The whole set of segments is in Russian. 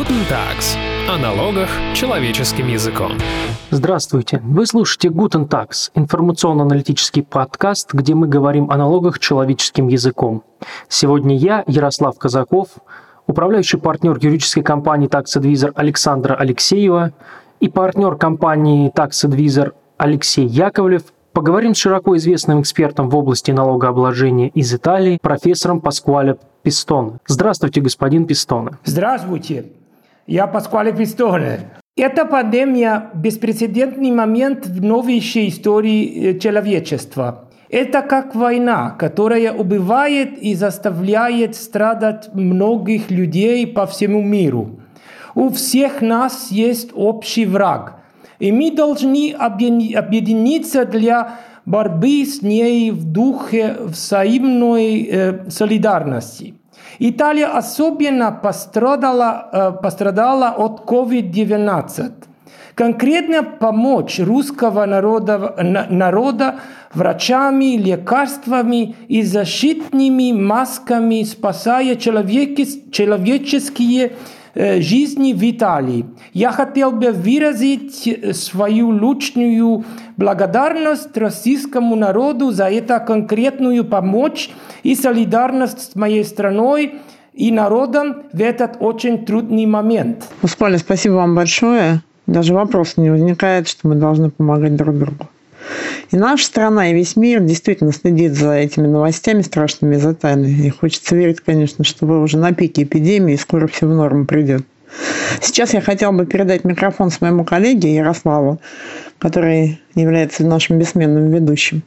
Guten Tags. О налогах человеческим языком. Здравствуйте! Вы слушаете Guten Tags, информационно-аналитический подкаст, где мы говорим о налогах человеческим языком. Сегодня я, Ярослав Казаков, управляющий партнер юридической компании Tax Advisor Александра Алексеева и партнер компании Tax Advisor Алексей Яковлев поговорим с широко известным экспертом в области налогообложения из Италии, профессором Паскуале Пистоне. Здравствуйте, господин Пистоне. Здравствуйте, я Паскуале Пистоне. Эта пандемия – беспрецедентный момент в новейшей истории человечества. Это как война, которая убивает и заставляет страдать многих людей по всему миру. У всех нас есть общий враг, и мы должны объединиться для борьбы с ней в духе взаимной солидарности. Италия особенно пострадала от COVID-19. Конкретно помочь русского народа врачами, лекарствами и защитными масками, спасая человеческие жизни в Италии. Я хотел бы выразить свою личную благодарность российскому народу за эту конкретную помощь и солидарность с моей страной и народом в этот очень трудный момент. Паскуале, спасибо вам большое. Даже вопрос не возникает, что мы должны помогать друг другу. И наша страна, и весь мир действительно следит за этими новостями страшными из Италии. И хочется верить, конечно, что вы уже на пике эпидемии, и скоро все в норму придет. Сейчас я хотела бы передать микрофон своему коллеге Ярославу, который является нашим бессменным ведущим.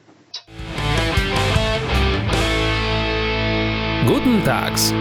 Guten Tags.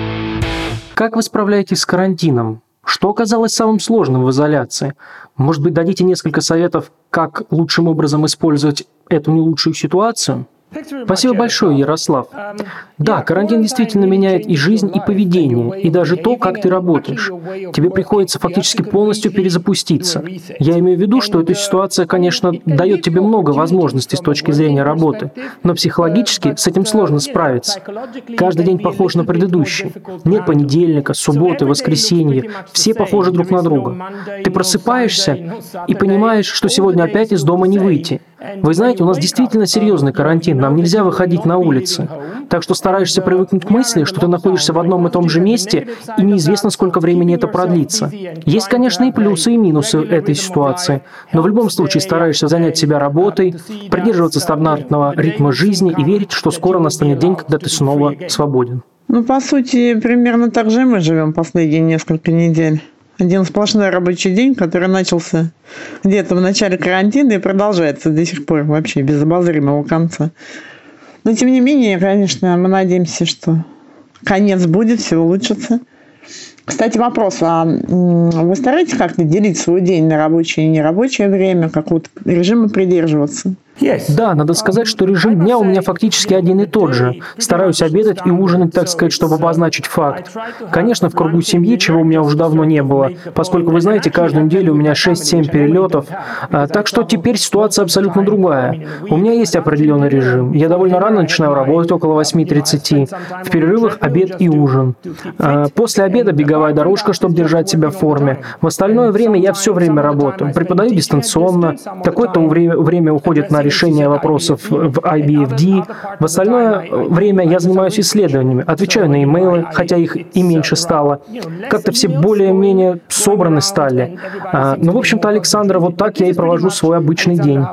Как вы справляетесь с карантином? Что оказалось самым сложным в изоляции? Может быть, дадите несколько советов, как лучшим образом использовать эту не лучшую ситуацию? Спасибо большое, Ярослав. Да, карантин действительно меняет и жизнь, и поведение, и даже то, как ты работаешь. Тебе приходится фактически полностью перезапуститься. Я имею в виду, что эта ситуация, конечно, дает тебе много возможностей с точки зрения работы, но психологически с этим сложно справиться. Каждый день похож на предыдущий. Нет понедельника, субботы, воскресенья. Все похожи друг на друга. Ты просыпаешься и понимаешь, что сегодня опять из дома не выйти. Вы знаете, у нас действительно серьезный карантин, нам нельзя выходить на улицы. Так что стараешься привыкнуть к мысли, что ты находишься в одном и том же месте, и неизвестно, сколько времени это продлится. Есть, конечно, и плюсы, и минусы этой ситуации, но в любом случае стараешься занять себя работой, придерживаться стандартного ритма жизни и верить, что скоро настанет день, когда ты снова свободен. По сути, примерно так же мы живем последние несколько недель. Один сплошной рабочий день, который начался где-то в начале карантина и продолжается до сих пор вообще без обозримого конца. Но, тем не менее, конечно, мы надеемся, что конец будет, все улучшится. Кстати, вопрос. А вы стараетесь как-то делить свой день на рабочее и нерабочее время, какого-то режима придерживаться? Да, надо сказать, что режим дня у меня фактически один и тот же. Стараюсь обедать и ужинать, так сказать, чтобы обозначить факт. Конечно, в кругу семьи, чего у меня уже давно не было, поскольку, вы знаете, каждую неделю у меня 6-7 перелетов. Так что теперь ситуация абсолютно другая. У меня есть определенный режим. Я довольно рано начинаю работать, около 8:30. В перерывах обед и ужин. После обеда беговая дорожка, чтобы держать себя в форме. В остальное время я все время работаю. Преподаю дистанционно. Какое-то время уходит на решение вопросов в IBFD. В остальное время я занимаюсь исследованиями, отвечаю на имейлы, хотя их и меньше стало. Как-то все более-менее собраны стали. В общем-то, Александра, вот так я и провожу свой обычный день.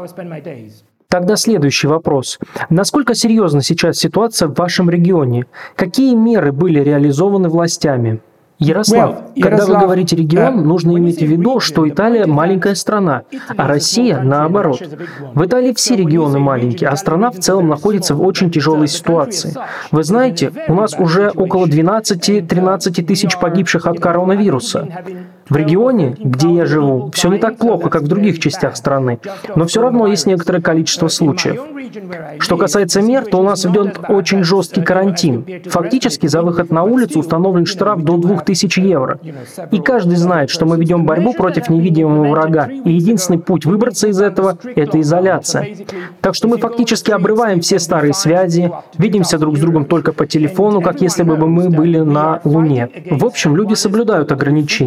Тогда следующий вопрос. Насколько серьезна сейчас ситуация в вашем регионе? Какие меры были реализованы властями? Ярослав, когда вы говорите «регион», нужно иметь в виду, что Италия – маленькая страна, а Россия – наоборот. В Италии все регионы маленькие, а страна в целом находится в очень тяжелой ситуации. Вы знаете, у нас уже около 12-13 тысяч погибших от коронавируса. В регионе, где я живу, все не так плохо, как в других частях страны, но все равно есть некоторое количество случаев. Что касается мер, то у нас идет очень жесткий карантин. Фактически за выход на улицу установлен штраф до 2000 евро. И каждый знает, что мы ведем борьбу против невидимого врага, и единственный путь выбраться из этого – это изоляция. Так что мы фактически обрываем все старые связи, видимся друг с другом только по телефону, как если бы мы были на Луне. В общем, люди соблюдают ограничения. Под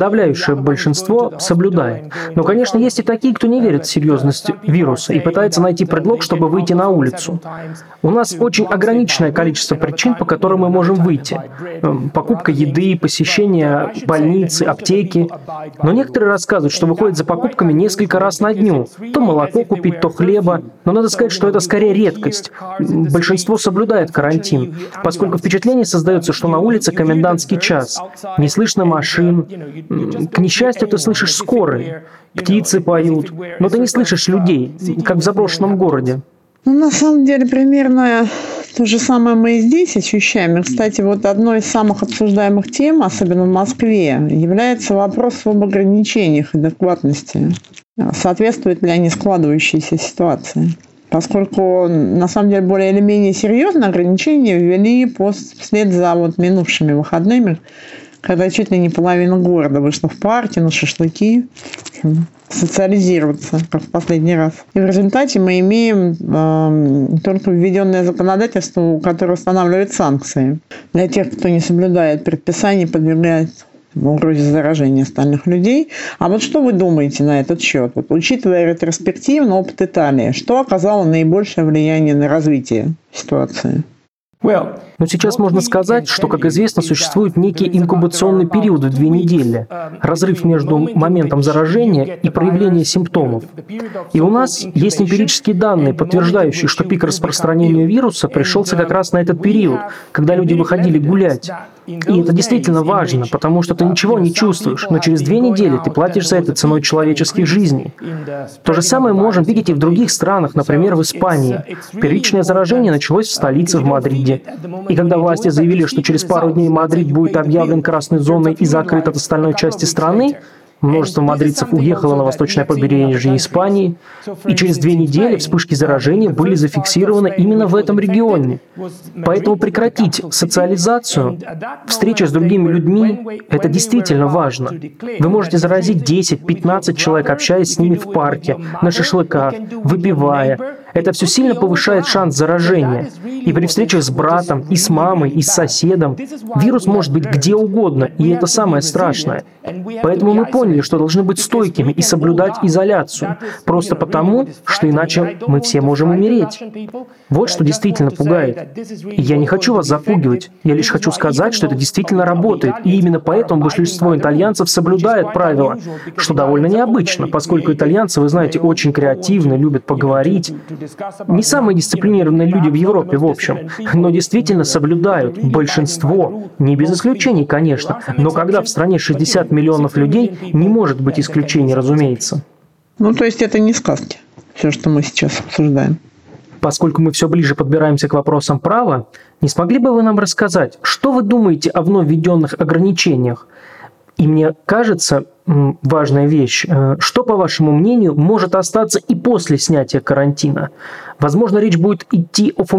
подавляющее большинство соблюдает. Но, конечно, есть и такие, кто не верит в серьезность вируса и пытается найти предлог, чтобы выйти на улицу. У нас очень ограниченное количество причин, по которым мы можем выйти. Покупка еды, посещение больницы, аптеки. Но некоторые рассказывают, что выходят за покупками несколько раз на дню. То молоко купить, то хлеба. Но надо сказать, что это скорее редкость. Большинство соблюдает карантин, поскольку впечатление создается, что на улице комендантский час. Не слышно машин. К несчастью, ты слышишь скорые. Птицы поют. Но ты не слышишь людей, как в заброшенном городе. Ну, на самом деле, примерно то же самое мы и здесь ощущаем. И, кстати, вот одной из самых обсуждаемых тем, особенно в Москве, является вопрос об ограничениях адекватности. Соответствуют ли они складывающейся ситуации? Поскольку, на самом деле, более или менее серьезные ограничения ввели вслед за минувшими выходными, когда чуть ли не половина города вышла в парки, на шашлыки, социализироваться, как в последний раз. И в результате мы имеем только введенное законодательство, которое устанавливает санкции для тех, кто не соблюдает предписаний, подвергает угрозе заражения остальных людей. А вот что вы думаете на этот счет? Вот, учитывая ретроспективно опыт Италии, что оказало наибольшее влияние на развитие ситуации? Но сейчас можно сказать, что, как известно, существует некий инкубационный период в 2 недели, разрыв между моментом заражения и проявлением симптомов. И у нас есть эмпирические данные, подтверждающие, что пик распространения вируса пришелся как раз на этот период, когда люди выходили гулять. И это действительно важно, потому что ты ничего не чувствуешь, но через 2 недели ты платишь за это ценой человеческих жизней. То же самое можем видеть и в других странах, например, в Испании. Первичное заражение началось в столице, в Мадриде. И когда власти заявили, что через пару дней Мадрид будет объявлен красной зоной и закрыт от остальной части страны, множество мадридцев уехало на восточное побережье Испании, и через 2 недели вспышки заражения были зафиксированы именно в этом регионе. Поэтому прекратить социализацию, встреча с другими людьми – это действительно важно. Вы можете заразить 10-15 человек, общаясь с ними в парке, на шашлыках, выпивая. Это все сильно повышает шанс заражения. И при встречах с братом, и с мамой, и с соседом вирус может быть где угодно, и это самое страшное. Поэтому мы поняли, что должны быть стойкими и соблюдать изоляцию, просто потому, что иначе мы все можем умереть. Вот что действительно пугает. И я не хочу вас запугивать, я лишь хочу сказать, что это действительно работает, и именно поэтому большинство итальянцев соблюдает правила, что довольно необычно, поскольку итальянцы, вы знаете, очень креативны, любят поговорить. Не самые дисциплинированные люди в Европе, в общем, но действительно соблюдают. Большинство, не без исключений, конечно, но когда в стране 60 миллионов людей, не может быть исключений, разумеется. Ну, то есть это не сказки, все, что мы сейчас обсуждаем. Поскольку мы все ближе подбираемся к вопросам права, не смогли бы вы нам рассказать, что вы думаете о вновь введенных ограничениях? И мне кажется, важная вещь, что, по вашему мнению, может остаться и после снятия карантина? Возможно, речь будет идти о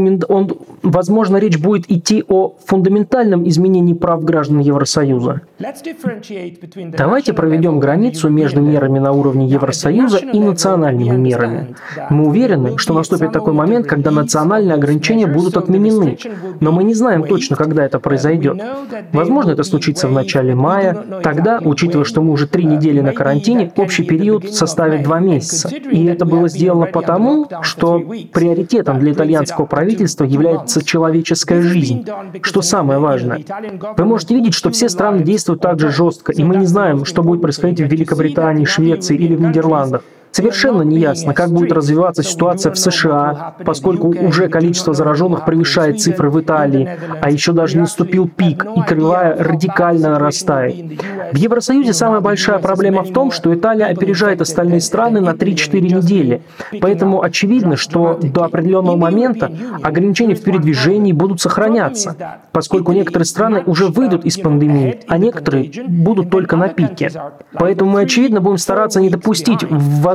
фундаментальном изменении прав граждан Евросоюза. Давайте проведем границу между мерами на уровне Евросоюза и национальными мерами. Мы уверены, что наступит такой момент, когда национальные ограничения будут отменены, но мы не знаем точно, когда это произойдет. Возможно, это случится в начале мая. Тогда, учитывая, что мы уже 3 недели на карантине, общий период составит 2 месяца. И это было сделано потому, что приоритетом для итальянского правительства является человеческая жизнь, что самое важное. Вы можете видеть, что все страны действуют так же жестко, и мы не знаем, что будет происходить в Великобритании, Швеции или в Нидерландах. Совершенно неясно, как будет развиваться ситуация в США, поскольку уже количество зараженных превышает цифры в Италии, а еще даже не наступил пик, и кривая радикально нарастает. В Евросоюзе самая большая проблема в том, что Италия опережает остальные страны на 3-4 недели. Поэтому очевидно, что до определенного момента ограничения в передвижении будут сохраняться, поскольку некоторые страны уже выйдут из пандемии, а некоторые будут только на пике. Поэтому мы, очевидно, будем стараться не допустить возникновения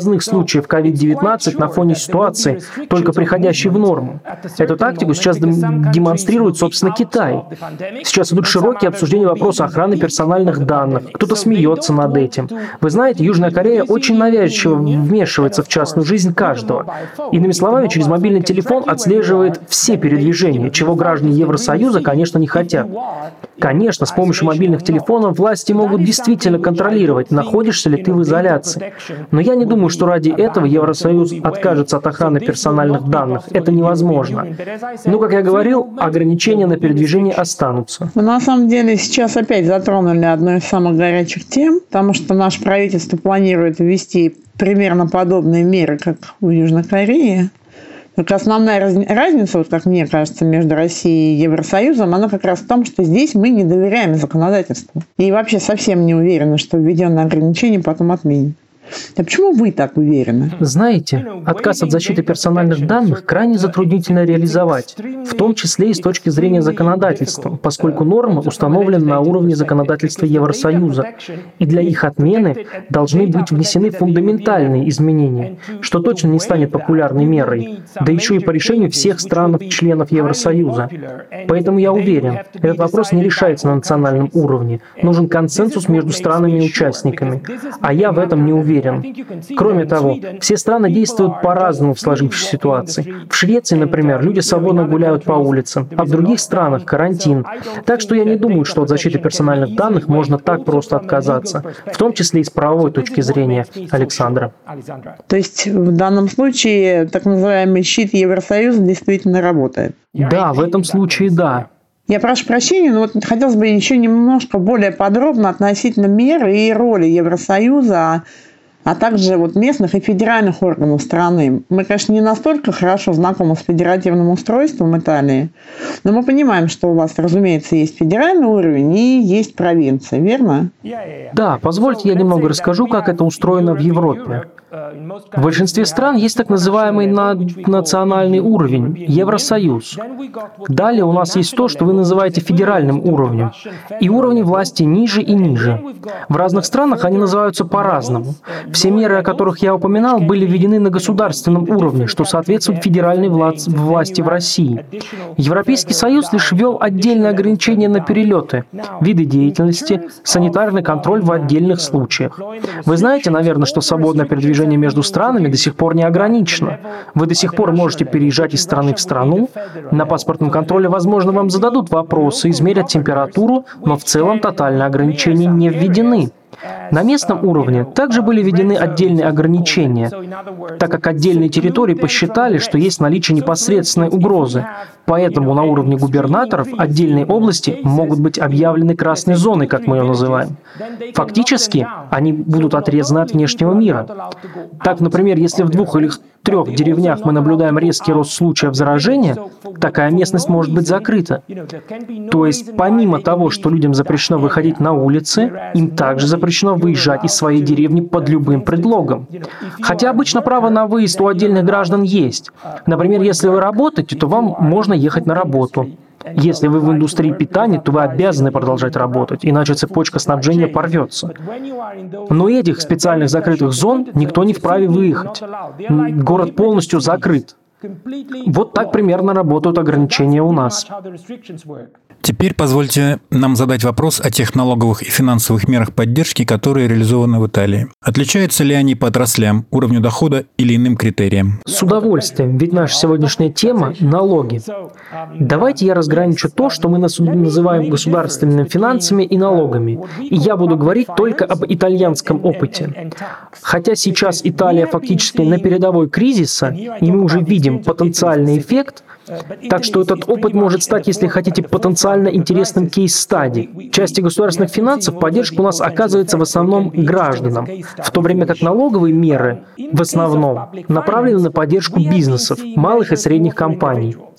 выездных случаев COVID-19 на фоне ситуации, только приходящей в норму. Эту тактику сейчас демонстрирует, собственно, Китай. Сейчас идут широкие обсуждения вопроса охраны персональных данных. Кто-то смеется над этим. Вы знаете, Южная Корея очень навязчиво вмешивается в частную жизнь каждого. Иными словами, через мобильный телефон отслеживает все передвижения, чего граждане Евросоюза, конечно, не хотят. Конечно, с помощью мобильных телефонов власти могут действительно контролировать, находишься ли ты в изоляции. Но я не думаю, что ради этого Евросоюз откажется от охраны персональных данных. Это невозможно. Но, как я говорил, ограничения на передвижение останутся. Мы на самом деле сейчас опять затронули одну из самых горячих тем, потому что наше правительство планирует ввести примерно подобные меры, как в Южной Корее. Только основная разница, вот как мне кажется, между Россией и Евросоюзом, она как раз в том, что здесь мы не доверяем законодательству. И вообще совсем не уверены, что введенное ограничение потом отменят. А почему вы так уверены? Знаете, отказ от защиты персональных данных крайне затруднительно реализовать, в том числе и с точки зрения законодательства, поскольку нормы установлены на уровне законодательства Евросоюза, и для их отмены должны быть внесены фундаментальные изменения, что точно не станет популярной мерой, да еще и по решению всех стран-членов Евросоюза. Поэтому я уверен, этот вопрос не решается на национальном уровне, нужен консенсус между странами и участниками, а я в этом не уверен. Кроме того, все страны действуют по-разному в сложившейся ситуации. В Швеции, например, люди свободно гуляют по улицам, а в других странах карантин. Так что я не думаю, что от защиты персональных данных можно так просто отказаться, в том числе и с правовой точки зрения, Александра. То есть в данном случае так называемый щит Евросоюза действительно работает? Да, в этом случае да. Я прошу прощения, но вот хотелось бы еще немножко более подробно относительно меры и роли Евросоюза, а также вот местных и федеральных органов страны. Мы, конечно, не настолько хорошо знакомы с федеративным устройством Италии, но мы понимаем, что у вас, разумеется, есть федеральный уровень и есть провинции, верно? Да, позвольте я немного расскажу, как это устроено в Европе. В большинстве стран есть так называемый национальный уровень – Евросоюз. Далее у нас есть то, что вы называете федеральным уровнем, и уровни власти ниже и ниже. В разных странах они называются по-разному. Все меры, о которых я упоминал, были введены на государственном уровне, что соответствует федеральной власти в России. Европейский Союз лишь ввел отдельные ограничения на перелеты, виды деятельности, санитарный контроль в отдельных случаях. Вы знаете, наверное, что свободное передвижение между странами до сих пор не ограничено. Вы до сих пор можете переезжать из страны в страну. На паспортном контроле, возможно, вам зададут вопросы, измерят температуру, но в целом тотальные ограничения не введены. На местном уровне также были введены отдельные ограничения, так как отдельные территории посчитали, что есть наличие непосредственной угрозы. Поэтому на уровне губернаторов отдельные области могут быть объявлены красной зоной, как мы ее называем. Фактически, они будут отрезаны от внешнего мира. Так, например, если в 2 или 3 деревнях мы наблюдаем резкий рост случаев заражения, такая местность может быть закрыта. То есть, помимо того, что людям запрещено выходить на улицы, им также запрещено выезжать из своей деревни под любым предлогом. Хотя обычно право на выезд у отдельных граждан есть. Например, если вы работаете, то вам можно ехать на работу. Если вы в индустрии питания, то вы обязаны продолжать работать, иначе цепочка снабжения порвется. Но этих специальных закрытых зон никто не вправе выехать. Город полностью закрыт. Вот так примерно работают ограничения у нас. Теперь позвольте нам задать вопрос о тех налоговых и финансовых мерах поддержки, которые реализованы в Италии. Отличаются ли они по отраслям, уровню дохода или иным критериям? С удовольствием, ведь наша сегодняшняя тема – налоги. Давайте я разграничу то, что мы называем государственными финансами и налогами. И я буду говорить только об итальянском опыте. Хотя сейчас Италия фактически на передовой кризиса, и мы уже видим потенциальный эффект, так что этот опыт может стать, если хотите, потенциально интересным кейс-стади. В части государственных финансов поддержка у нас оказывается в основном гражданам, в то время как налоговые меры в основном направлены на поддержку бизнесов, малых и средних компаний.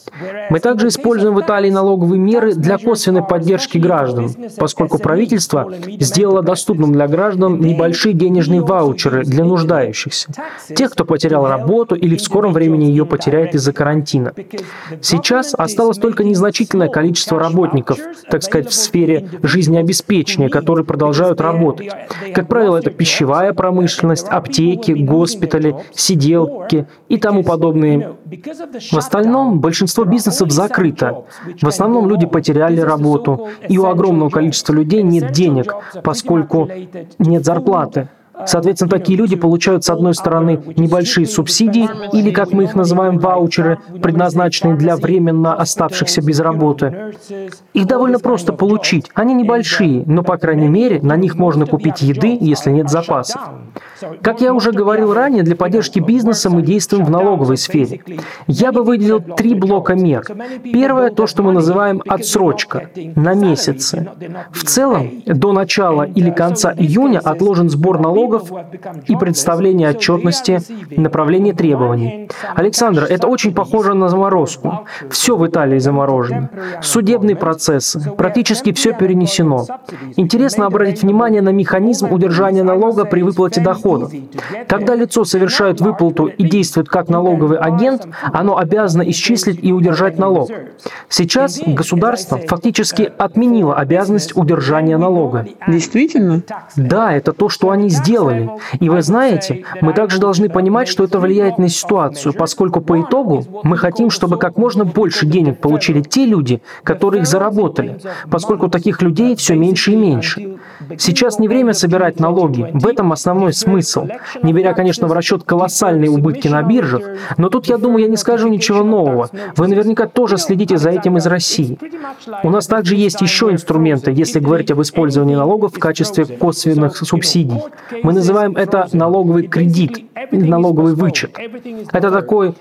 Мы также используем в Италии налоговые меры для косвенной поддержки граждан, поскольку правительство сделало доступным для граждан небольшие денежные ваучеры для нуждающихся, тех, кто потерял работу или в скором времени ее потеряет из-за карантина. Сейчас осталось только незначительное количество работников, так сказать, в сфере жизнеобеспечения, которые продолжают работать. Как правило, это пищевая промышленность, аптеки, госпитали, сиделки и тому подобные. В остальном большинство бизнесов закрыто. В основном люди потеряли работу, и у огромного количества людей нет денег, поскольку нет зарплаты. Соответственно, такие люди получают, с одной стороны, небольшие субсидии, или, как мы их называем, ваучеры, предназначенные для временно оставшихся без работы. Их довольно просто получить. Они небольшие, но, по крайней мере, на них можно купить еды, если нет запасов. Как я уже говорил ранее, для поддержки бизнеса мы действуем в налоговой сфере. Я бы выделил 3 блока мер. Первое – то, что мы называем отсрочка на месяцы. В целом, до начала или конца июня отложен сбор налогов и представление отчетности, направление требований. Александр, это очень похоже на заморозку. Все в Италии заморожено. Судебные процессы, практически все перенесено. Интересно обратить внимание на механизм удержания налога при выплате дохода. Когда лицо совершает выплату и действует как налоговый агент, оно обязано исчислить и удержать налог. Сейчас государство фактически отменило обязанность удержания налога. Действительно? Да, это то, что они сделали. И вы знаете, мы также должны понимать, что это влияет на ситуацию, поскольку по итогу мы хотим, чтобы как можно больше денег получили те люди, которые их заработали, поскольку таких людей все меньше и меньше. Сейчас не время собирать налоги, в этом основной смысл. Не беря, конечно, в расчет колоссальные убытки на биржах, но тут, я думаю, я не скажу ничего нового. Вы наверняка тоже следите за этим из России. У нас также есть еще инструменты, если говорить об использовании налогов в качестве косвенных субсидий. Мы называем это налоговый кредит, налоговый вычет. Это такой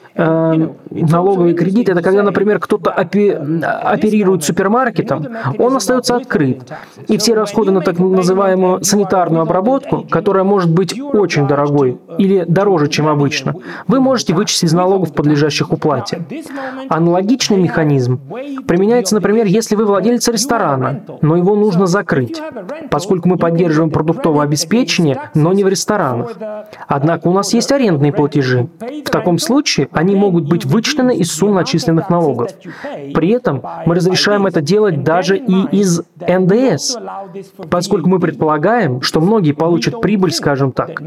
налоговый кредит, это когда, например, кто-то оперирует супермаркетом, он остается открыт. И все расходы на так называемую санитарную обработку, которая может быть очень дорогой или дороже, чем обычно, вы можете вычесть из налогов, подлежащих уплате. Аналогичный механизм применяется, например, если вы владелец ресторана, но его нужно закрыть, поскольку мы поддерживаем продуктовое обеспечение, но не в ресторанах. Однако у нас есть арендные платежи. В таком случае они могут быть вычтены из сумм начисленных налогов. При этом мы разрешаем это делать даже и из НДС, поскольку мы предполагаем, что многие получат прибыль, скажем так.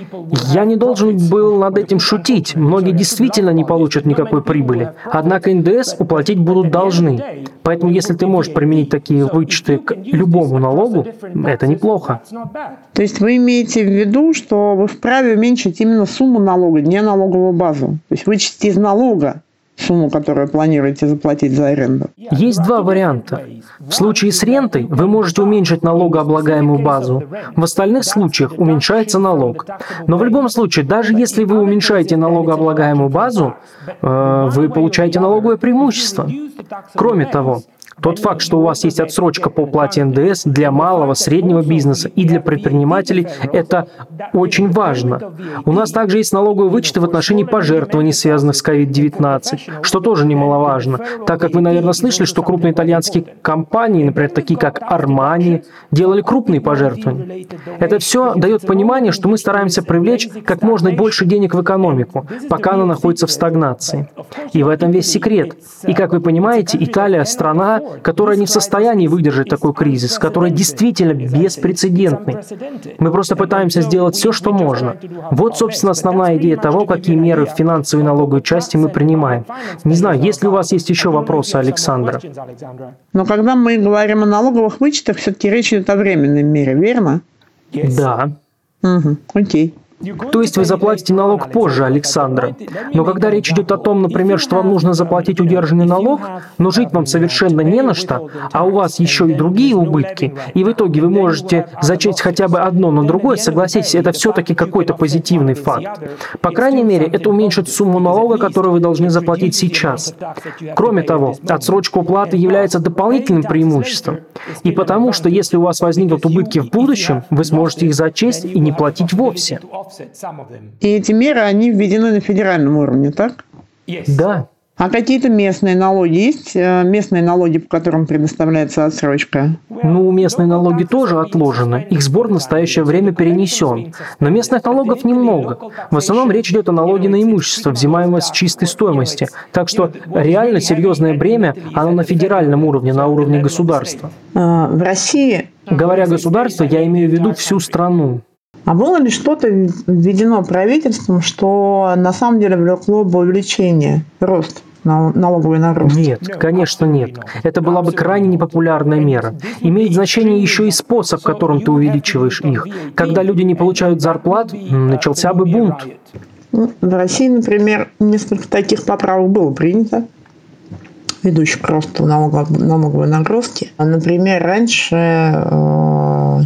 Я не должен был над этим шутить. Многие действительно не получат никакой прибыли. Однако НДС уплатить будут должны. Поэтому если ты можешь применить такие вычеты к любому налогу, это неплохо. То есть вы имеете в виду, что вы вправе уменьшить именно сумму налога, не налоговую базу? То есть вычесть из налога сумму, которую планируете заплатить за аренду? Есть 2 варианта. В случае с рентой вы можете уменьшить налогооблагаемую базу. В остальных случаях уменьшается налог. Но в любом случае, даже если вы уменьшаете налогооблагаемую базу, вы получаете налоговое преимущество. Кроме того, тот факт, что у вас есть отсрочка по уплате НДС для малого, среднего бизнеса и для предпринимателей, это очень важно. У нас также есть налоговые вычеты в отношении пожертвований, связанных с COVID-19, что тоже немаловажно, так как вы, наверное, слышали, что крупные итальянские компании, например, такие как Armani, делали крупные пожертвования. Это все дает понимание, что мы стараемся привлечь как можно больше денег в экономику, пока она находится в стагнации. И в этом весь секрет. И, как вы понимаете, Италия – страна, которая не в состоянии выдержать такой кризис, который действительно беспрецедентный. Мы просто пытаемся сделать все, что можно. Вот, собственно, основная идея того, какие меры в финансовой и налоговой части мы принимаем. Не знаю, есть ли у вас есть еще вопросы, Александра? Но когда мы говорим о налоговых вычетах, все-таки речь идет о временной мере, верно? Да. Окей. То есть вы заплатите налог позже, Александра. Но когда речь идет о том, например, что вам нужно заплатить удержанный налог, но жить вам совершенно не на что, а у вас еще и другие убытки, и в итоге вы можете зачесть хотя бы одно на другое, согласитесь, это все-таки какой-то позитивный факт. По крайней мере, это уменьшит сумму налога, которую вы должны заплатить сейчас. Кроме того, отсрочка уплаты является дополнительным преимуществом. И потому, что если у вас возникнут убытки в будущем, вы сможете их зачесть и не платить вовсе. И эти меры, они введены на федеральном уровне, так? Да. А какие-то местные налоги есть? Местные налоги, по которым предоставляется отсрочка? Ну, местные налоги тоже отложены. Их сбор в настоящее время перенесен. Но местных налогов немного. В основном речь идет о налоге на имущество, взимаемое с чистой стоимости. Так что реально серьезное бремя, оно на федеральном уровне, на уровне государства. В России... Говоря государство, я имею в виду всю страну. А было ли что-то введено правительством, что на самом деле влекло бы увеличение, рост налоговой нагрузки? Нет, конечно нет. Это была бы крайне непопулярная мера. Имеет значение еще и способ, которым ты увеличиваешь их. Когда люди не получают зарплат, начался бы бунт. В России, например, несколько таких поправок было принято, ведущих к росту налоговой нагрузки. Например, раньше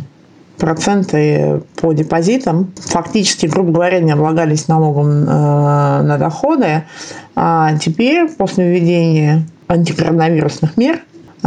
проценты по депозитам фактически, грубо говоря, не облагались налогом на доходы, а теперь, после введения антикоронавирусных мер,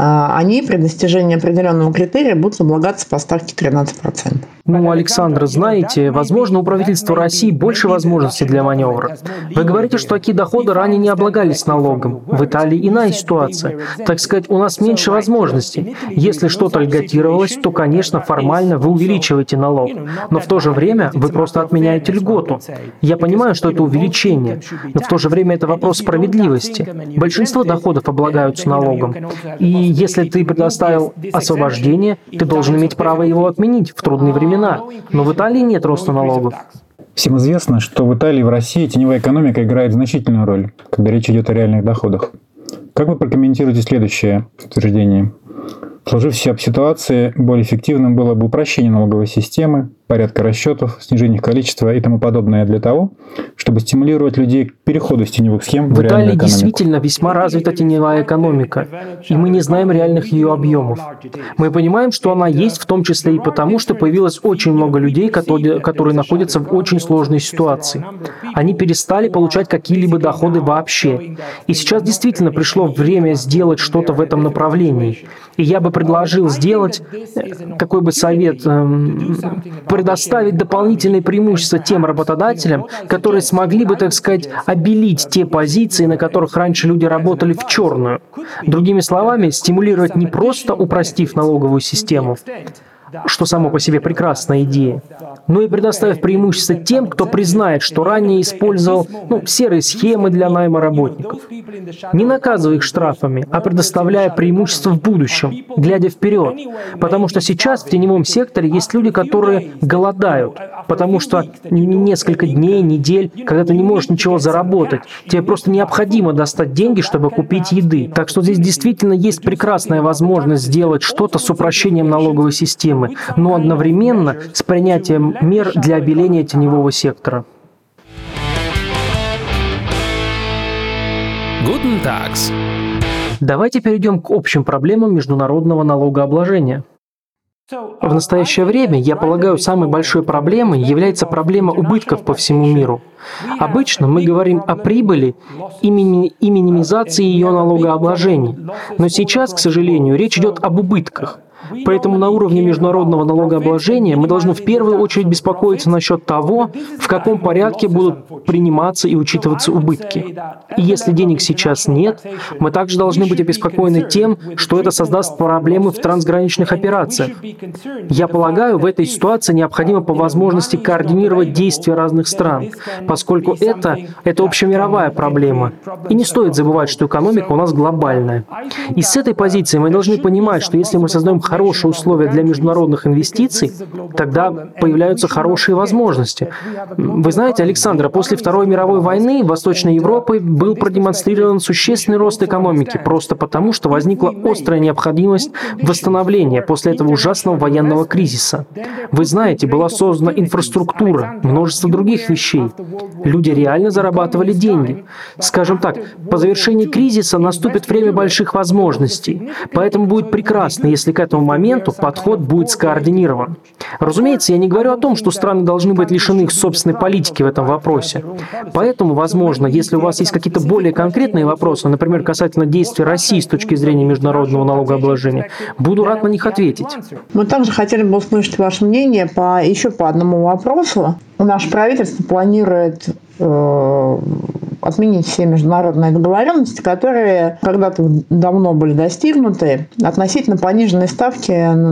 они при достижении определенного критерия будут облагаться по ставке 13%. Ну, Александр, знаете, возможно, у правительства России больше возможностей для маневра. Вы говорите, что такие доходы ранее не облагались налогом. В Италии иная ситуация. Так сказать, у нас меньше возможностей. Если что-то льготировалось, то, конечно, формально вы увеличиваете налог. Но в то же время вы просто отменяете льготу. Я понимаю, что это увеличение, но в то же время это вопрос справедливости. Большинство доходов облагаются налогом. И если ты предоставил освобождение, ты должен иметь право его отменить в трудные времена. Но в Италии нет роста налогов. Всем известно, что в Италии и в России теневая экономика играет значительную роль, когда речь идет о реальных доходах. Как вы прокомментируете следующее утверждение? В сложившейся ситуации более эффективным было бы упрощение налоговой системы, порядка расчетов, снижение их количества и тому подобное для того, чтобы стимулировать людей к переходу с теневых схем в реальную Италии экономику. Действительно весьма развита теневая экономика, и мы не знаем реальных ее объемов. Мы понимаем, что она есть в том числе и потому, что появилось очень много людей, которые находятся в очень сложной ситуации. Они перестали получать какие-либо доходы вообще. И сейчас действительно пришло время сделать что-то в этом направлении. И я бы предложил сделать, какой бы совет, предоставить дополнительные преимущества тем работодателям, которые смогли бы, так сказать, обелить те позиции, на которых раньше люди работали в черную. Другими словами, стимулировать не просто упростив налоговую систему, что само по себе прекрасная идея, но и предоставив преимущество тем, кто признает, что ранее использовал серые схемы для найма работников. Не наказывая их штрафами, а предоставляя преимущество в будущем, глядя вперед. Потому что сейчас в теневом секторе есть люди, которые голодают, потому что несколько дней, недель, когда ты не можешь ничего заработать, тебе просто необходимо достать деньги, чтобы купить еды. Так что здесь действительно есть прекрасная возможность сделать что-то с упрощением налоговой системы, но одновременно с принятием мер для обеления теневого сектора. Guten Tags. Давайте перейдем к общим проблемам международного налогообложения. В настоящее время, я полагаю, самой большой проблемой является проблема убытков по всему миру. Обычно мы говорим о прибыли и минимизации ее налогообложения. Но сейчас, к сожалению, речь идет об убытках. Поэтому на уровне международного налогообложения мы должны в первую очередь беспокоиться насчет того, в каком порядке будут приниматься и учитываться убытки. И если денег сейчас нет, мы также должны быть обеспокоены тем, что это создаст проблемы в трансграничных операциях. Я полагаю, в этой ситуации необходимо по возможности координировать действия разных стран, поскольку это общемировая проблема. И не стоит забывать, что экономика у нас глобальная. И с этой позиции мы должны понимать, что если мы создаем хорошие условия для международных инвестиций, тогда появляются хорошие возможности. Вы знаете, Александр, после Второй мировой войны Восточной Европой был продемонстрирован существенный рост экономики, просто потому, что возникла острая необходимость восстановления после этого ужасного военного кризиса. Вы знаете, была создана инфраструктура, множество других вещей. Люди реально зарабатывали деньги. Скажем так, по завершении кризиса наступит время больших возможностей, поэтому будет прекрасно, если к этому моменту подход будет скоординирован. Разумеется, я не говорю о том, что страны должны быть лишены их собственной политики в этом вопросе. Поэтому, возможно, если у вас есть какие-то более конкретные вопросы, например, касательно действий России с точки зрения международного налогообложения, буду рад на них ответить. Мы также хотели бы услышать ваше мнение еще по одному вопросу. Наше правительство планирует отменить все международные договоренности, которые когда-то давно были достигнуты относительно пониженной ставки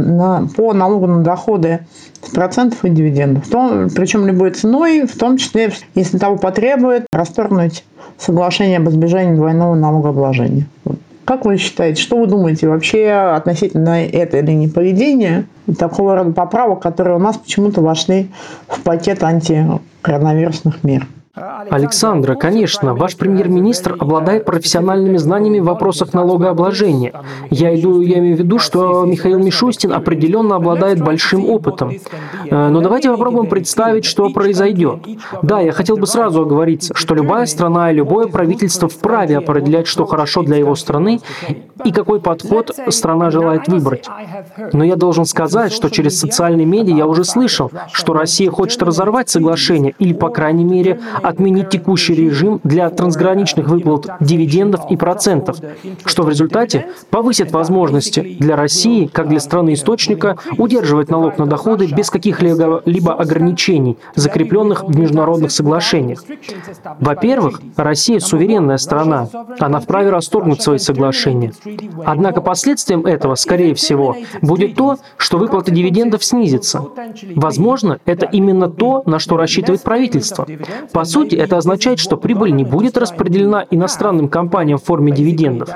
по налогу на доходы с процентов и дивидендов. Причем любой ценой, в том числе, если того потребует, расторгнуть соглашение об избежании двойного налогообложения. Как вы считаете, что вы думаете вообще относительно этой линии поведения и такого рода поправок, которые у нас почему-то вошли в пакет антикоронавирусных мер? Александра, конечно, ваш премьер-министр обладает профессиональными знаниями в вопросах налогообложения. Я имею в виду, что Михаил Мишустин определенно обладает большим опытом. Но давайте попробуем представить, что произойдет. Да, я хотел бы сразу оговориться, что любая страна и любое правительство вправе определять, что хорошо для его страны и какой подход страна желает выбрать. Но я должен сказать, что через социальные медиа я уже слышал, что Россия хочет разорвать соглашение или, по крайней мере, отменить текущий режим для трансграничных выплат дивидендов и процентов, что в результате повысит возможности для России, как для страны-источника, удерживать налог на доходы без каких-либо ограничений, закрепленных в международных соглашениях. Во-первых, Россия суверенная страна, она вправе расторгнуть свои соглашения. Однако последствием этого, скорее всего, будет то, что выплата дивидендов снизится. Возможно, это именно то, на что рассчитывает правительство. По сути, это означает, что прибыль не будет распределена иностранным компаниям в форме дивидендов.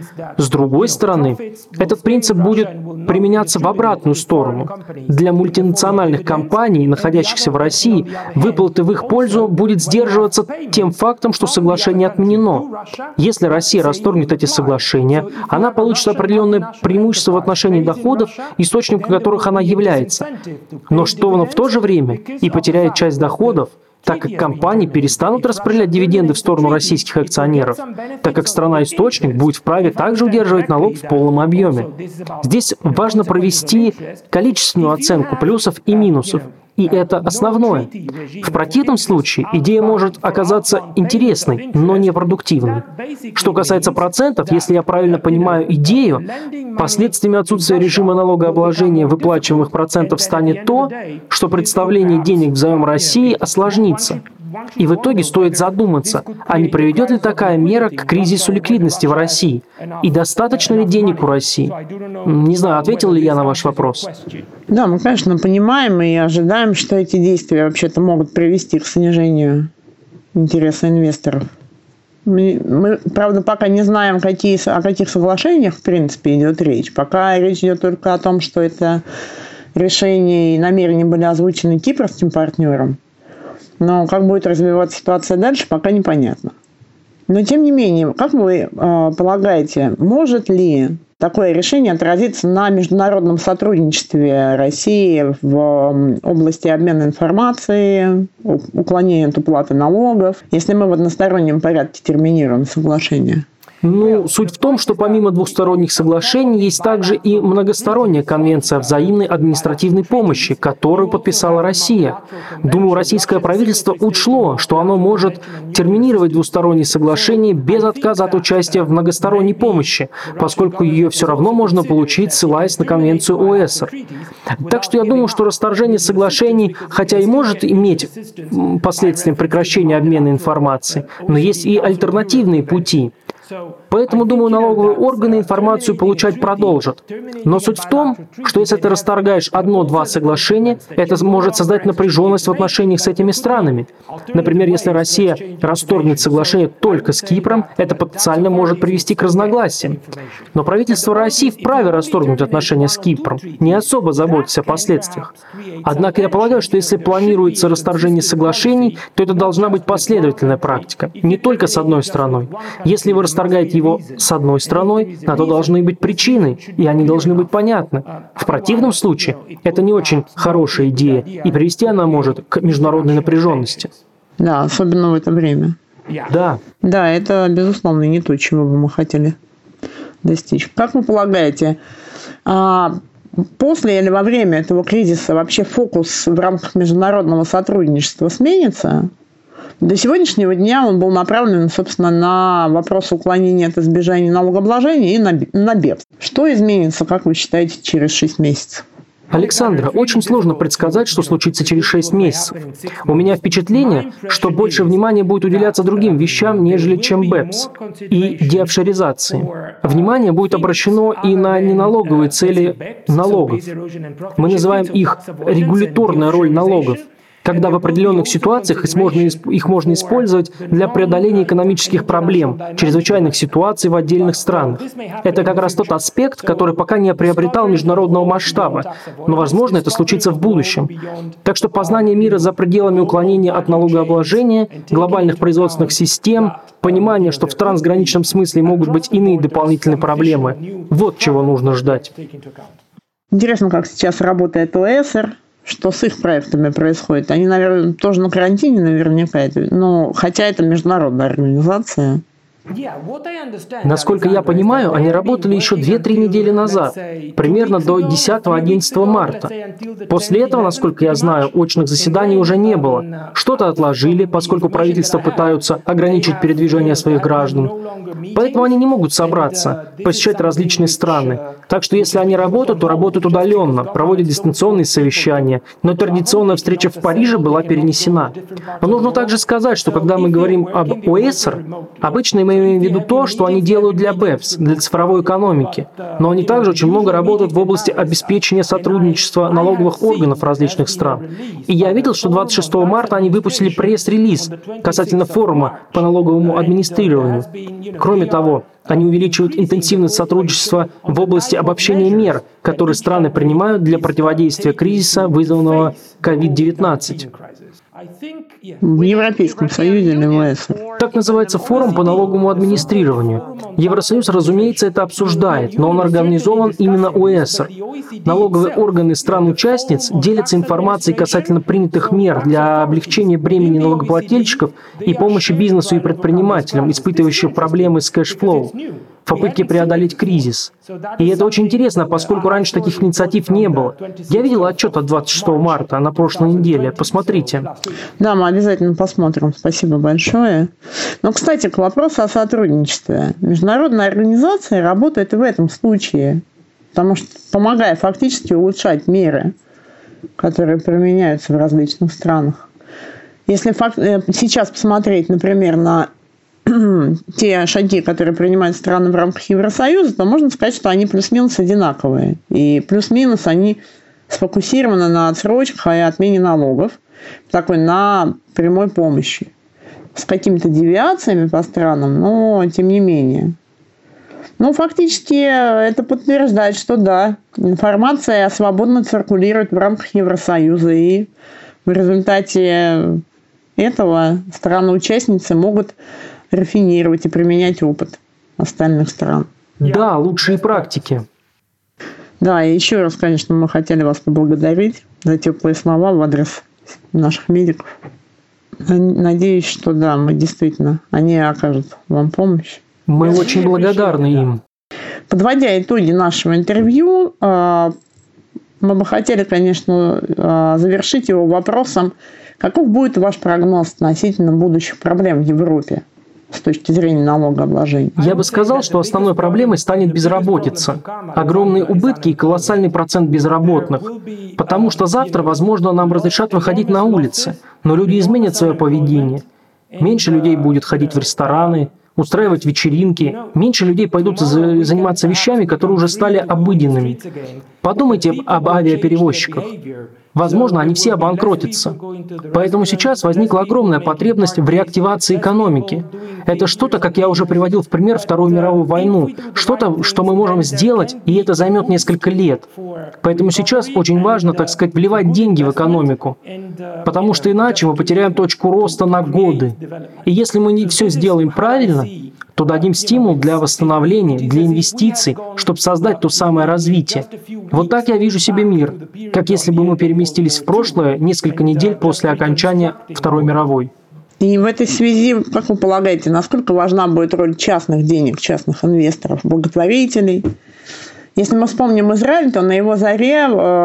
С другой стороны, этот принцип будет применяться в обратную сторону. Для мультинациональных компаний, находящихся в России, выплаты в их пользу будет сдерживаться тем фактом, что соглашение отменено. Если Россия расторгнет эти соглашения, она получит определенное преимущество в отношении доходов, источником которых она является. Но что в то же время и потеряет часть доходов, так как компании перестанут распределять дивиденды в сторону российских акционеров, так как страна-источник будет вправе также удерживать налог в полном объеме. Здесь важно провести количественную оценку плюсов и минусов. И это основное. В противном случае идея может оказаться интересной, но непродуктивной. Что касается процентов, если я правильно понимаю идею, последствиями отсутствия режима налогообложения выплачиваемых процентов станет то, что представление денег в заем России осложнится. И в итоге стоит задуматься, а не приведет ли такая мера к кризису ликвидности в России? И достаточно ли денег у России? Не знаю, ответил ли я на ваш вопрос. Да, мы, конечно, понимаем и ожидаем, что эти действия вообще-то могут привести к снижению интереса инвесторов. Мы, правда, пока не знаем, о каких соглашениях, в принципе, идет речь. Пока речь идет только о том, что это решения и намерения были озвучены кипрским партнером. Но как будет развиваться ситуация дальше, пока непонятно. Но тем не менее, как вы полагаете, может ли такое решение отразиться на международном сотрудничестве России в области обмена информацией, уклонения от уплаты налогов, если мы в одностороннем порядке терминируем соглашение? Суть в том, что помимо двусторонних соглашений есть также и многосторонняя конвенция о взаимной административной помощи, которую подписала Россия. Думаю, российское правительство учло, что оно может терминировать двусторонние соглашения без отказа от участия в многосторонней помощи, поскольку ее все равно можно получить, ссылаясь на конвенцию ОЭСР. Так что я думаю, что расторжение соглашений, хотя и может иметь последствием прекращения обмена информацией, но есть и альтернативные пути. Поэтому, думаю, налоговые органы информацию получать продолжат. Но суть в том, что если ты расторгаешь одно-два соглашения, это может создать напряженность в отношениях с этими странами. Например, если Россия расторгнет соглашение только с Кипром, это потенциально может привести к разногласиям. Но правительство России вправе расторгнуть отношения с Кипром, не особо заботясь о последствиях. Однако я полагаю, что если планируется расторжение соглашений, то это должна быть последовательная практика, не только с одной страной. Если вы расторгаете его с одной страной, на то должны быть причины, и они должны быть понятны. В противном случае это не очень хорошая идея, и привести она может к международной напряженности. Да, особенно в это время. Да. Да, это, безусловно, не то, чего бы мы хотели достичь. Как вы полагаете, после или во время этого кризиса вообще фокус в рамках международного сотрудничества сменится? До сегодняшнего дня он был направлен, собственно, на вопрос уклонения от избежания налогообложения и на бегство. Что изменится, как вы считаете, через 6 месяцев? Александра, очень сложно предсказать, что случится через 6 месяцев. У меня впечатление, что больше внимания будет уделяться другим вещам, нежели чем БЭПС и деофшоризации. Внимание будет обращено и на неналоговые цели налогов. Мы называем их регуляторная роль налогов, когда в определенных ситуациях их можно использовать для преодоления экономических проблем, чрезвычайных ситуаций в отдельных странах. Это как раз тот аспект, который пока не приобретал международного масштаба, но, возможно, это случится в будущем. Так что познание мира за пределами уклонения от налогообложения, глобальных производственных систем, понимание, что в трансграничном смысле могут быть иные дополнительные проблемы, вот чего нужно ждать. Интересно, как сейчас работает ОЭСР. Что с их проектами происходит? Они, наверное, тоже на карантине наверняка. Но хотя это международная организация. Насколько я понимаю, они работали еще 2-3 недели назад, примерно до 10-11 марта. После этого, насколько я знаю, очных заседаний уже не было. Что-то отложили, поскольку правительства пытаются ограничить передвижение своих граждан. Поэтому они не могут собраться, посещать различные страны. Так что если они работают, то работают удаленно, проводят дистанционные совещания. Но традиционная встреча в Париже была перенесена. Но нужно также сказать, что когда мы говорим об ОЭСР, обычно мы имеем в виду то, что они делают для БЭПС, для цифровой экономики. Но они также очень много работают в области обеспечения сотрудничества налоговых органов различных стран. И я видел, что 26 марта они выпустили пресс-релиз касательно форума по налоговому администрированию. Кроме того, они увеличивают интенсивность сотрудничества в области обобщения мер, которые страны принимают для противодействия кризиса, вызванного COVID-19. В Европейском Союзе или в ОЭСР? Так называется форум по налоговому администрированию. Евросоюз, разумеется, это обсуждает, но он организован именно ОЭСР. Налоговые органы стран-участниц делятся информацией касательно принятых мер для облегчения бремени налогоплательщиков и помощи бизнесу и предпринимателям, испытывающим проблемы с кэшфлоу, в попытке преодолеть кризис. И это очень интересно, поскольку раньше таких инициатив не было. Я видел отчет от 26 марта на прошлой неделе. Посмотрите. Да, мы обязательно посмотрим. Спасибо большое. Но, кстати, к вопросу о сотрудничестве. Международная организация работает и в этом случае, потому что помогая фактически улучшать меры, которые применяются в различных странах. Если сейчас посмотреть, например, на те шаги, которые принимают страны в рамках Евросоюза, то можно сказать, что они плюс-минус одинаковые. И плюс-минус они сфокусированы на отсрочках и отмене налогов, такой на прямой помощи. С какими-то девиациями по странам, но тем не менее. Ну, фактически это подтверждает, что да, информация свободно циркулирует в рамках Евросоюза, и в результате этого страны-участницы могут рафинировать и применять опыт остальных стран. Да, лучшие практики. Да, и еще раз, конечно, мы хотели вас поблагодарить за теплые слова в адрес наших медиков. Надеюсь, что да, мы действительно, они окажут вам помощь. Мы очень благодарны им. Подводя итоги нашего интервью, мы бы хотели, конечно, завершить его вопросом, каков будет ваш прогноз относительно будущих проблем в Европе с точки зрения налогообложения? Я бы сказал, что основной проблемой станет безработица. Огромные убытки и колоссальный процент безработных. Потому что завтра, возможно, нам разрешат выходить на улицы, но люди изменят свое поведение. Меньше людей будет ходить в рестораны, устраивать вечеринки, меньше людей пойдут заниматься вещами, которые уже стали обыденными. Подумайте об авиаперевозчиках. Возможно, они все обанкротятся. Поэтому сейчас возникла огромная потребность в реактивации экономики. Это что-то, как я уже приводил в пример, Вторую мировую войну. Что-то, что мы можем сделать, и это займет несколько лет. Поэтому сейчас очень важно, так сказать, вливать деньги в экономику. Потому что иначе мы потеряем точку роста на годы. И если мы не все сделаем правильно, то дадим стимул для восстановления, для инвестиций, чтобы создать то самое развитие. Вот так я вижу себе мир, как если бы мы переместились в прошлое несколько недель после окончания Второй мировой. И в этой связи, как вы полагаете, насколько важна будет роль частных денег, частных инвесторов, благотворителей? Если мы вспомним Израиль, то на его заре,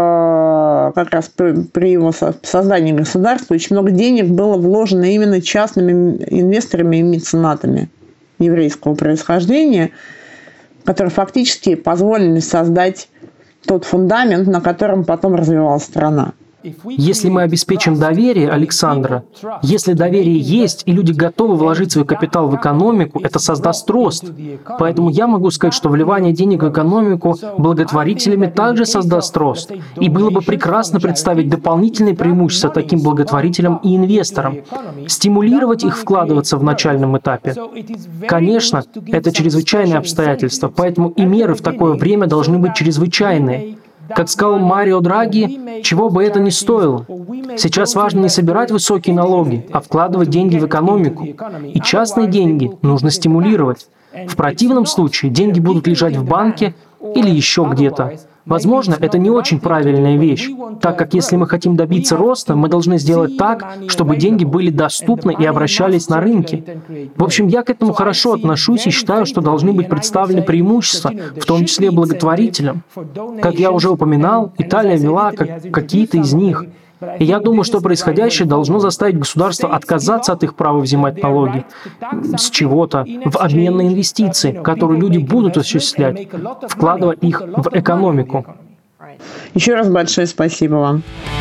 как раз при его создании государства, очень много денег было вложено именно частными инвесторами и меценатами еврейского происхождения, которые фактически позволили создать тот фундамент, на котором потом развивалась страна. Если мы обеспечим доверие, Александра, если доверие есть, и люди готовы вложить свой капитал в экономику, это создаст рост. Поэтому я могу сказать, что вливание денег в экономику благотворителями также создаст рост. И было бы прекрасно представить дополнительные преимущества таким благотворителям и инвесторам, стимулировать их вкладываться в начальном этапе. Конечно, это чрезвычайные обстоятельства, поэтому и меры в такое время должны быть чрезвычайные. Как сказал Марио Драги, чего бы это ни стоило. Сейчас важно не собирать высокие налоги, а вкладывать деньги в экономику. И частные деньги нужно стимулировать. В противном случае деньги будут лежать в банке или еще где-то. Возможно, это не очень правильная вещь, так как если мы хотим добиться роста, мы должны сделать так, чтобы деньги были доступны и обращались на рынке. В общем, я к этому хорошо отношусь и считаю, что должны быть представлены преимущества, в том числе благотворителям. Как я уже упоминал, Италия ввела какие-то из них. И я думаю, что происходящее должно заставить государство отказаться от их права взимать налоги с чего-то в обмен на инвестиции, которые люди будут осуществлять, вкладывая их в экономику. Еще раз большое спасибо вам.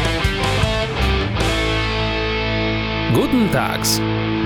Guten Tags.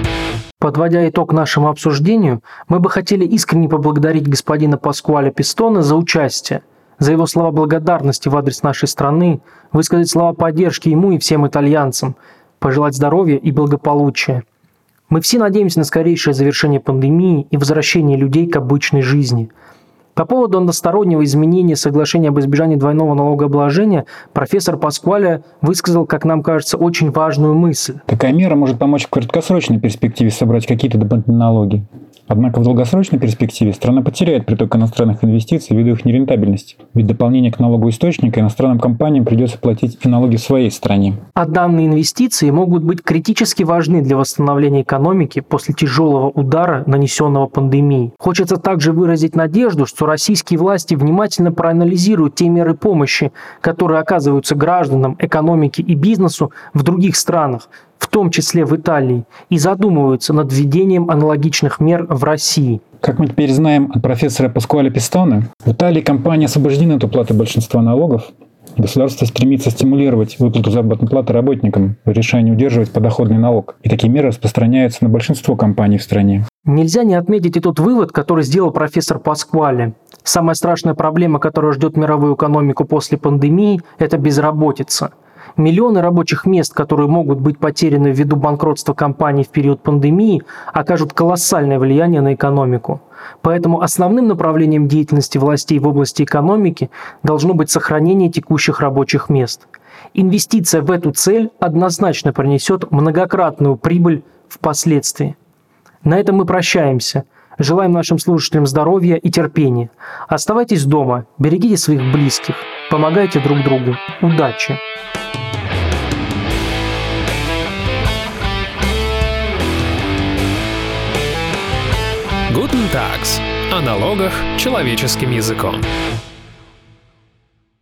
Подводя итог нашему обсуждению, мы бы хотели искренне поблагодарить господина Паскуале Пистоне за участие, за его слова благодарности в адрес нашей страны, высказать слова поддержки ему и всем итальянцам, пожелать здоровья и благополучия. Мы все надеемся на скорейшее завершение пандемии и возвращение людей к обычной жизни. По поводу одностороннего изменения соглашения об избежании двойного налогообложения профессор Паскуале высказал, как нам кажется, очень важную мысль. Такая мера может помочь в краткосрочной перспективе собрать какие-то дополнительные налоги. Однако в долгосрочной перспективе страна потеряет приток иностранных инвестиций ввиду их нерентабельности. Ведь дополнение к налогу источника иностранным компаниям придется платить и налоги в своей стране. А данные инвестиции могут быть критически важны для восстановления экономики после тяжелого удара, нанесенного пандемией. Хочется также выразить надежду, что российские власти внимательно проанализируют те меры помощи, которые оказываются гражданам, экономике и бизнесу в других странах, в том числе в Италии, и задумываются над введением аналогичных мер в России. Как мы теперь знаем от профессора Паскуале Пистоне, в Италии компании освобождены от уплаты большинства налогов. Государство стремится стимулировать выплату заработной платы работникам, решая не удерживать подоходный налог. И такие меры распространяются на большинство компаний в стране. Нельзя не отметить и тот вывод, который сделал профессор Паскуале. Самая страшная проблема, которая ждет мировую экономику после пандемии, это безработица. Миллионы рабочих мест, которые могут быть потеряны ввиду банкротства компаний в период пандемии, окажут колоссальное влияние на экономику. Поэтому основным направлением деятельности властей в области экономики должно быть сохранение текущих рабочих мест. Инвестиция в эту цель однозначно принесет многократную прибыль впоследствии. На этом мы прощаемся. Желаем нашим слушателям здоровья и терпения. Оставайтесь дома, берегите своих близких, помогайте друг другу. Удачи! Guten Tags. О налогах человеческим языком.